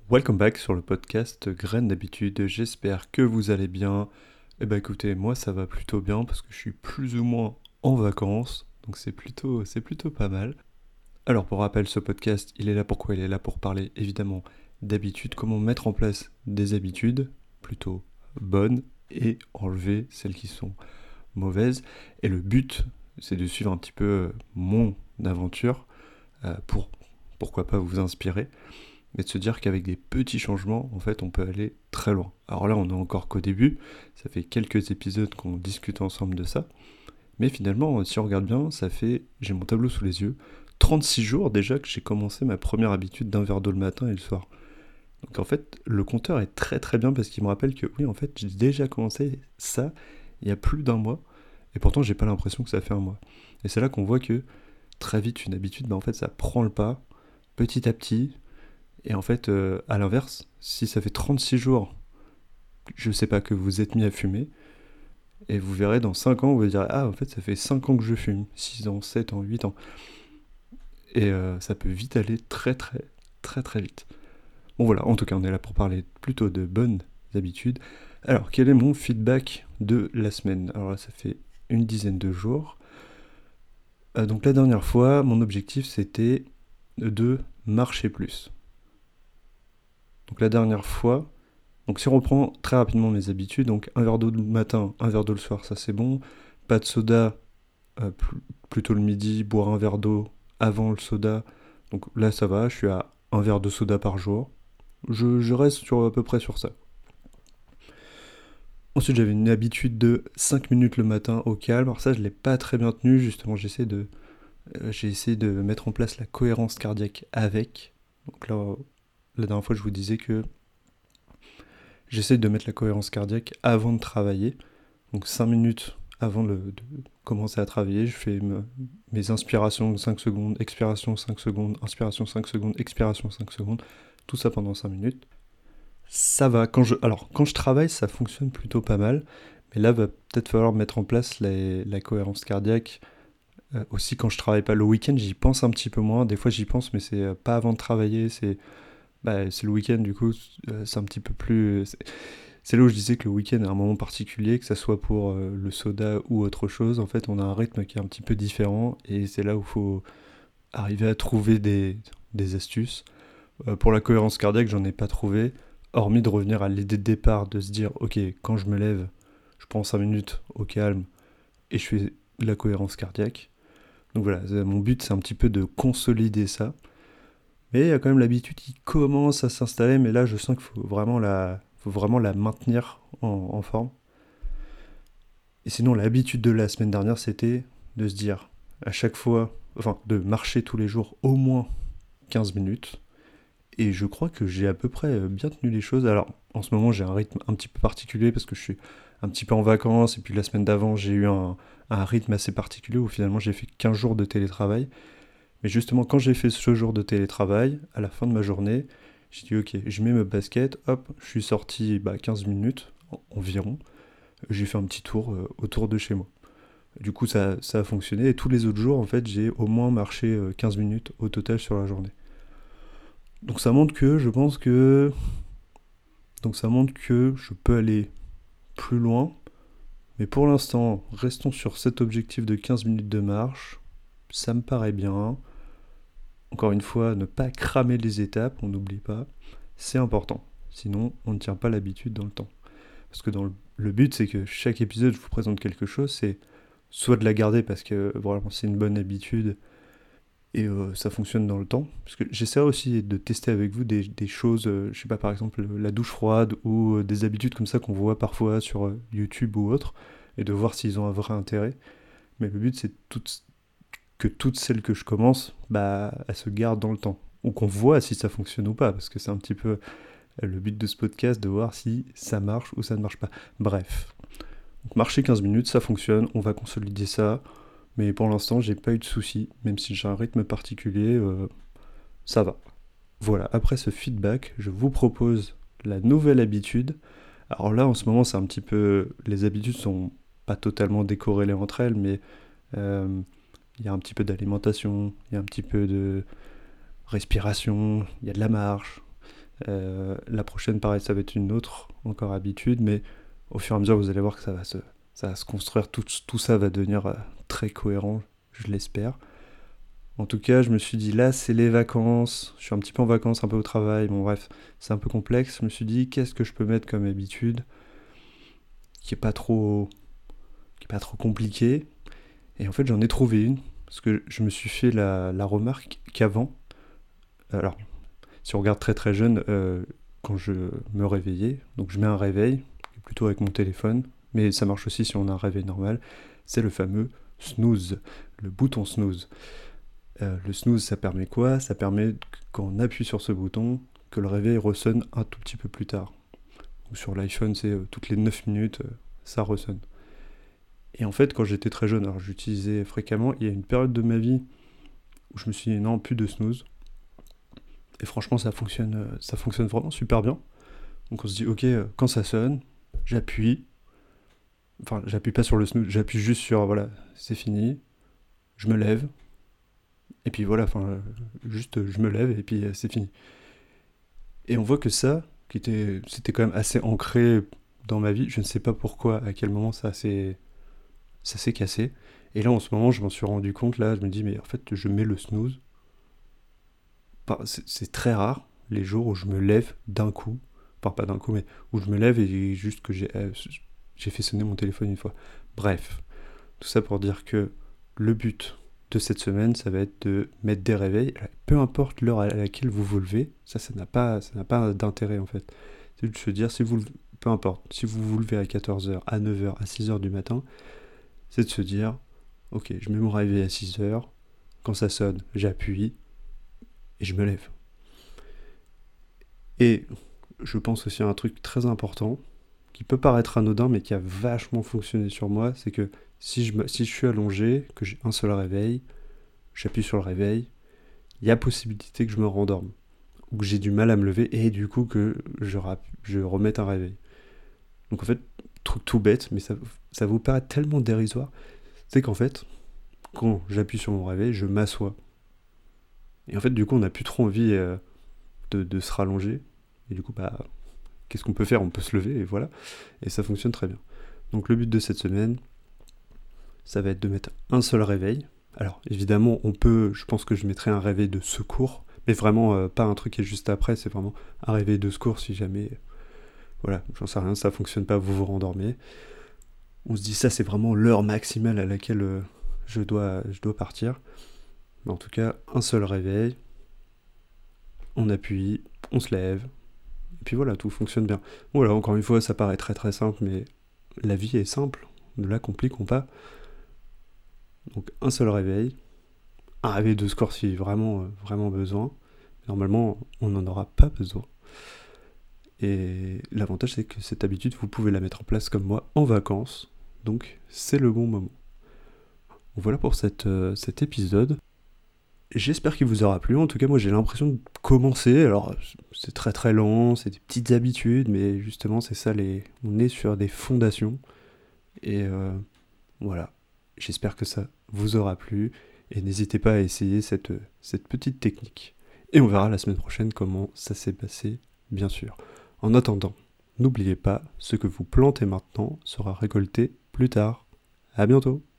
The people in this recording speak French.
Welcome back sur le podcast Graines d'habitude, j'espère que vous allez bien. Écoutez, moi ça va plutôt bien parce que je suis plus ou moins en vacances, donc c'est plutôt pas mal. Alors pour rappel, ce podcast, il est là pourquoi? Il est là pour parler évidemment d'habitudes, comment mettre en place des habitudes plutôt bonnes et enlever celles qui sont mauvaises. Et le but, c'est de suivre un petit peu mon aventure pour pourquoi pas vous inspirer mais de se dire qu'avec des petits changements, en fait, on peut aller très loin. Alors là, on est encore qu'au début, ça fait quelques épisodes qu'on discute ensemble de ça, mais finalement, si on regarde bien, j'ai mon tableau sous les yeux, 36 jours déjà que j'ai commencé ma première habitude d'un verre d'eau le matin et le soir. Donc en fait, le compteur est très très bien parce qu'il me rappelle que oui, en fait, j'ai déjà commencé ça il y a plus d'un mois, et pourtant, j'ai pas l'impression que ça fait un mois. Et c'est là qu'on voit que très vite, une habitude, en fait, ça prend le pas, petit à petit, et en fait, à l'inverse, si ça fait 36 jours, je sais pas, que vous êtes mis à fumer, et vous verrez dans 5 ans, vous vous direz, ah, en fait, ça fait 5 ans que je fume, 6 ans, 7 ans, 8 ans. Et ça peut vite aller très, très, très, très vite. Bon, voilà, en tout cas, on est là pour parler plutôt de bonnes habitudes. Alors, quel est mon feedback de la semaine? Alors là, ça fait une dizaine de jours. Donc, la dernière fois, mon objectif, c'était de marcher plus. Donc, la dernière fois, donc si on reprend très rapidement mes habitudes, donc un verre d'eau le matin, un verre d'eau le soir, ça c'est bon. Pas de soda, euh, plutôt le midi, boire un verre d'eau avant le soda. Donc là ça va, je suis à un verre de soda par jour. Je reste à peu près sur ça. Ensuite j'avais une habitude de 5 minutes le matin au calme. Alors ça je l'ai pas très bien tenu, justement j'ai essayé de mettre en place la cohérence cardiaque avec. Donc là, la dernière fois je vous disais que j'essaie de mettre la cohérence cardiaque avant de travailler. Donc 5 minutes avant de commencer à travailler, je fais mes inspirations 5 secondes, expiration 5 secondes, inspiration 5 secondes, expiration 5 secondes, tout ça pendant 5 minutes. Ça va, quand je travaille, ça fonctionne plutôt pas mal, mais là, va peut-être falloir mettre en place la cohérence cardiaque. Aussi, quand je travaille pas le week-end, j'y pense un petit peu moins. Des fois, j'y pense, mais c'est pas avant de travailler, c'est le week-end, du coup, c'est un petit peu plus. C'est là où je disais que le week-end est un moment particulier, que ça soit pour le soda ou autre chose. En fait, on a un rythme qui est un petit peu différent et c'est là où il faut arriver à trouver des astuces. Pour la cohérence cardiaque, j'en ai pas trouvé, hormis de revenir à l'idée de départ, de se dire, ok, quand je me lève, je prends 5 minutes au calme et je fais la cohérence cardiaque. Donc voilà, mon but c'est un petit peu de consolider ça. Mais il y a quand même l'habitude qui commence à s'installer, mais là je sens qu'il faut vraiment la maintenir en forme. Et sinon, l'habitude de la semaine dernière, c'était de se dire à chaque fois, enfin, de marcher tous les jours au moins 15 minutes. Et je crois que j'ai à peu près bien tenu les choses. Alors, en ce moment, j'ai un rythme un petit peu particulier parce que je suis un petit peu en vacances. Et puis la semaine d'avant, j'ai eu un rythme assez particulier où finalement j'ai fait 15 jours de télétravail. Mais justement, quand j'ai fait ce jour de télétravail, à la fin de ma journée, j'ai dit ok, je mets ma basket, hop, je suis sorti 15 minutes environ. J'ai fait un petit tour autour de chez moi. Du coup, ça a fonctionné. Et tous les autres jours, en fait, j'ai au moins marché 15 minutes au total sur la journée. Donc ça montre que je pense que. Donc ça montre que je peux aller plus loin. Mais pour l'instant, restons sur cet objectif de 15 minutes de marche. Ça me paraît bien. Encore une fois, ne pas cramer les étapes, on n'oublie pas. C'est important. Sinon, on ne tient pas l'habitude dans le temps. Parce que le but, c'est que chaque épisode, je vous présente quelque chose, c'est soit de la garder parce que vraiment c'est une bonne habitude et ça fonctionne dans le temps. Parce que j'essaie aussi de tester avec vous des choses, je sais pas, par exemple la douche froide ou des habitudes comme ça qu'on voit parfois sur YouTube ou autre, et de voir s'ils ont un vrai intérêt. Mais le but c'est que toutes celles que je commence, elles se gardent dans le temps. Ou qu'on voit si ça fonctionne ou pas, parce que c'est un petit peu le but de ce podcast, de voir si ça marche ou ça ne marche pas. Bref. Donc marcher 15 minutes, ça fonctionne, on va consolider ça. Mais pour l'instant, j'ai pas eu de soucis, même si j'ai un rythme particulier, ça va. Voilà, après ce feedback, je vous propose la nouvelle habitude. Alors là, en ce moment, c'est un petit peu. Les habitudes sont pas totalement décorrélées entre elles, mais euh, il y a un petit peu d'alimentation, il y a un petit peu de respiration, il y a de la marche, La prochaine, pareil, ça va être une autre encore habitude, mais au fur et à mesure, vous allez voir que ça va se construire, tout ça va devenir très cohérent, je l'espère. En tout cas, je me suis dit, là, c'est les vacances, je suis un petit peu en vacances, un peu au travail, bon bref, c'est un peu complexe. Je me suis dit, qu'est-ce que je peux mettre comme habitude qui est pas trop, qui est pas trop compliquée. Et en fait, j'en ai trouvé une, parce que je me suis fait la remarque qu'avant, alors, si on regarde très très jeune, quand je me réveillais, donc je mets un réveil, plutôt avec mon téléphone, mais ça marche aussi si on a un réveil normal, c'est le fameux snooze, le bouton snooze. Le snooze, ça permet quoi? Ça permet, quand on appuie sur ce bouton, que le réveil ressonne un tout petit peu plus tard. Ou sur l'iPhone, c'est toutes les 9 minutes, ça ressonne. Et en fait, quand j'étais très jeune, alors j'utilisais fréquemment, il y a une période de ma vie où je me suis dit non, plus de snooze. Et franchement, ça fonctionne vraiment super bien. Donc on se dit, ok, quand ça sonne, j'appuie. Enfin, j'appuie pas sur le snooze, j'appuie juste sur, voilà, c'est fini. Je me lève. Et puis voilà, juste je me lève et puis c'est fini. Et on voit que c'était quand même assez ancré dans ma vie. Je ne sais pas pourquoi, à quel moment ça s'est cassé. Et là, en ce moment, je m'en suis rendu compte. Là, je me dis, mais en fait, je mets le snooze. Enfin, c'est très rare les jours où je me lève d'un coup. Enfin, pas d'un coup, mais où je me lève et juste que j'ai fait sonner mon téléphone une fois. Bref, tout ça pour dire que le but de cette semaine, ça va être de mettre des réveils, peu importe l'heure à laquelle vous vous levez, ça n'a pas d'intérêt en fait. C'est de se dire, peu importe, si vous vous levez à 14h, à 9h, à 6h du matin, c'est de se dire, ok, je mets mon réveil à 6h, quand ça sonne, j'appuie et je me lève. Et je pense aussi à un truc très important, qui peut paraître anodin, mais qui a vachement fonctionné sur moi, c'est que si je suis allongé, que j'ai un seul réveil, j'appuie sur le réveil, il y a possibilité que je me rendorme, ou que j'ai du mal à me lever, et du coup que je remette un réveil. Donc en fait, truc tout bête, mais ça vous paraît tellement dérisoire, c'est qu'en fait, quand j'appuie sur mon réveil, je m'assois. Et en fait, du coup, on n'a plus trop envie de se rallonger, et du coup, bah, qu'est-ce qu'on peut faire? On peut se lever, et voilà, et ça fonctionne très bien. Donc le but de cette semaine, ça va être de mettre un seul réveil. Alors évidemment, je pense que je mettrai un réveil de secours, mais vraiment pas un truc qui est juste après, c'est vraiment un réveil de secours si jamais, voilà, j'en sais rien, ça fonctionne pas, vous vous rendormez. On se dit ça, c'est vraiment l'heure maximale à laquelle je dois partir. Mais en tout cas, un seul réveil, on appuie, on se lève, et puis voilà, tout fonctionne bien. Voilà, encore une fois, ça paraît très très simple, mais la vie est simple, ne la compliquons pas. Donc un seul réveil, un réveil de score si vraiment, vraiment besoin. Normalement, on n'en aura pas besoin. Et l'avantage, c'est que cette habitude, vous pouvez la mettre en place comme moi en vacances. Donc, c'est le bon moment. Voilà pour cet épisode. J'espère qu'il vous aura plu. En tout cas, moi, j'ai l'impression de commencer. Alors, c'est très très lent, c'est des petites habitudes, mais justement, c'est ça, on est sur des fondations. Et voilà. J'espère que ça vous aura plu. Et n'hésitez pas à essayer cette petite technique. Et on verra la semaine prochaine comment ça s'est passé, bien sûr. En attendant, n'oubliez pas, ce que vous plantez maintenant sera récolté plus tard. À bientôt!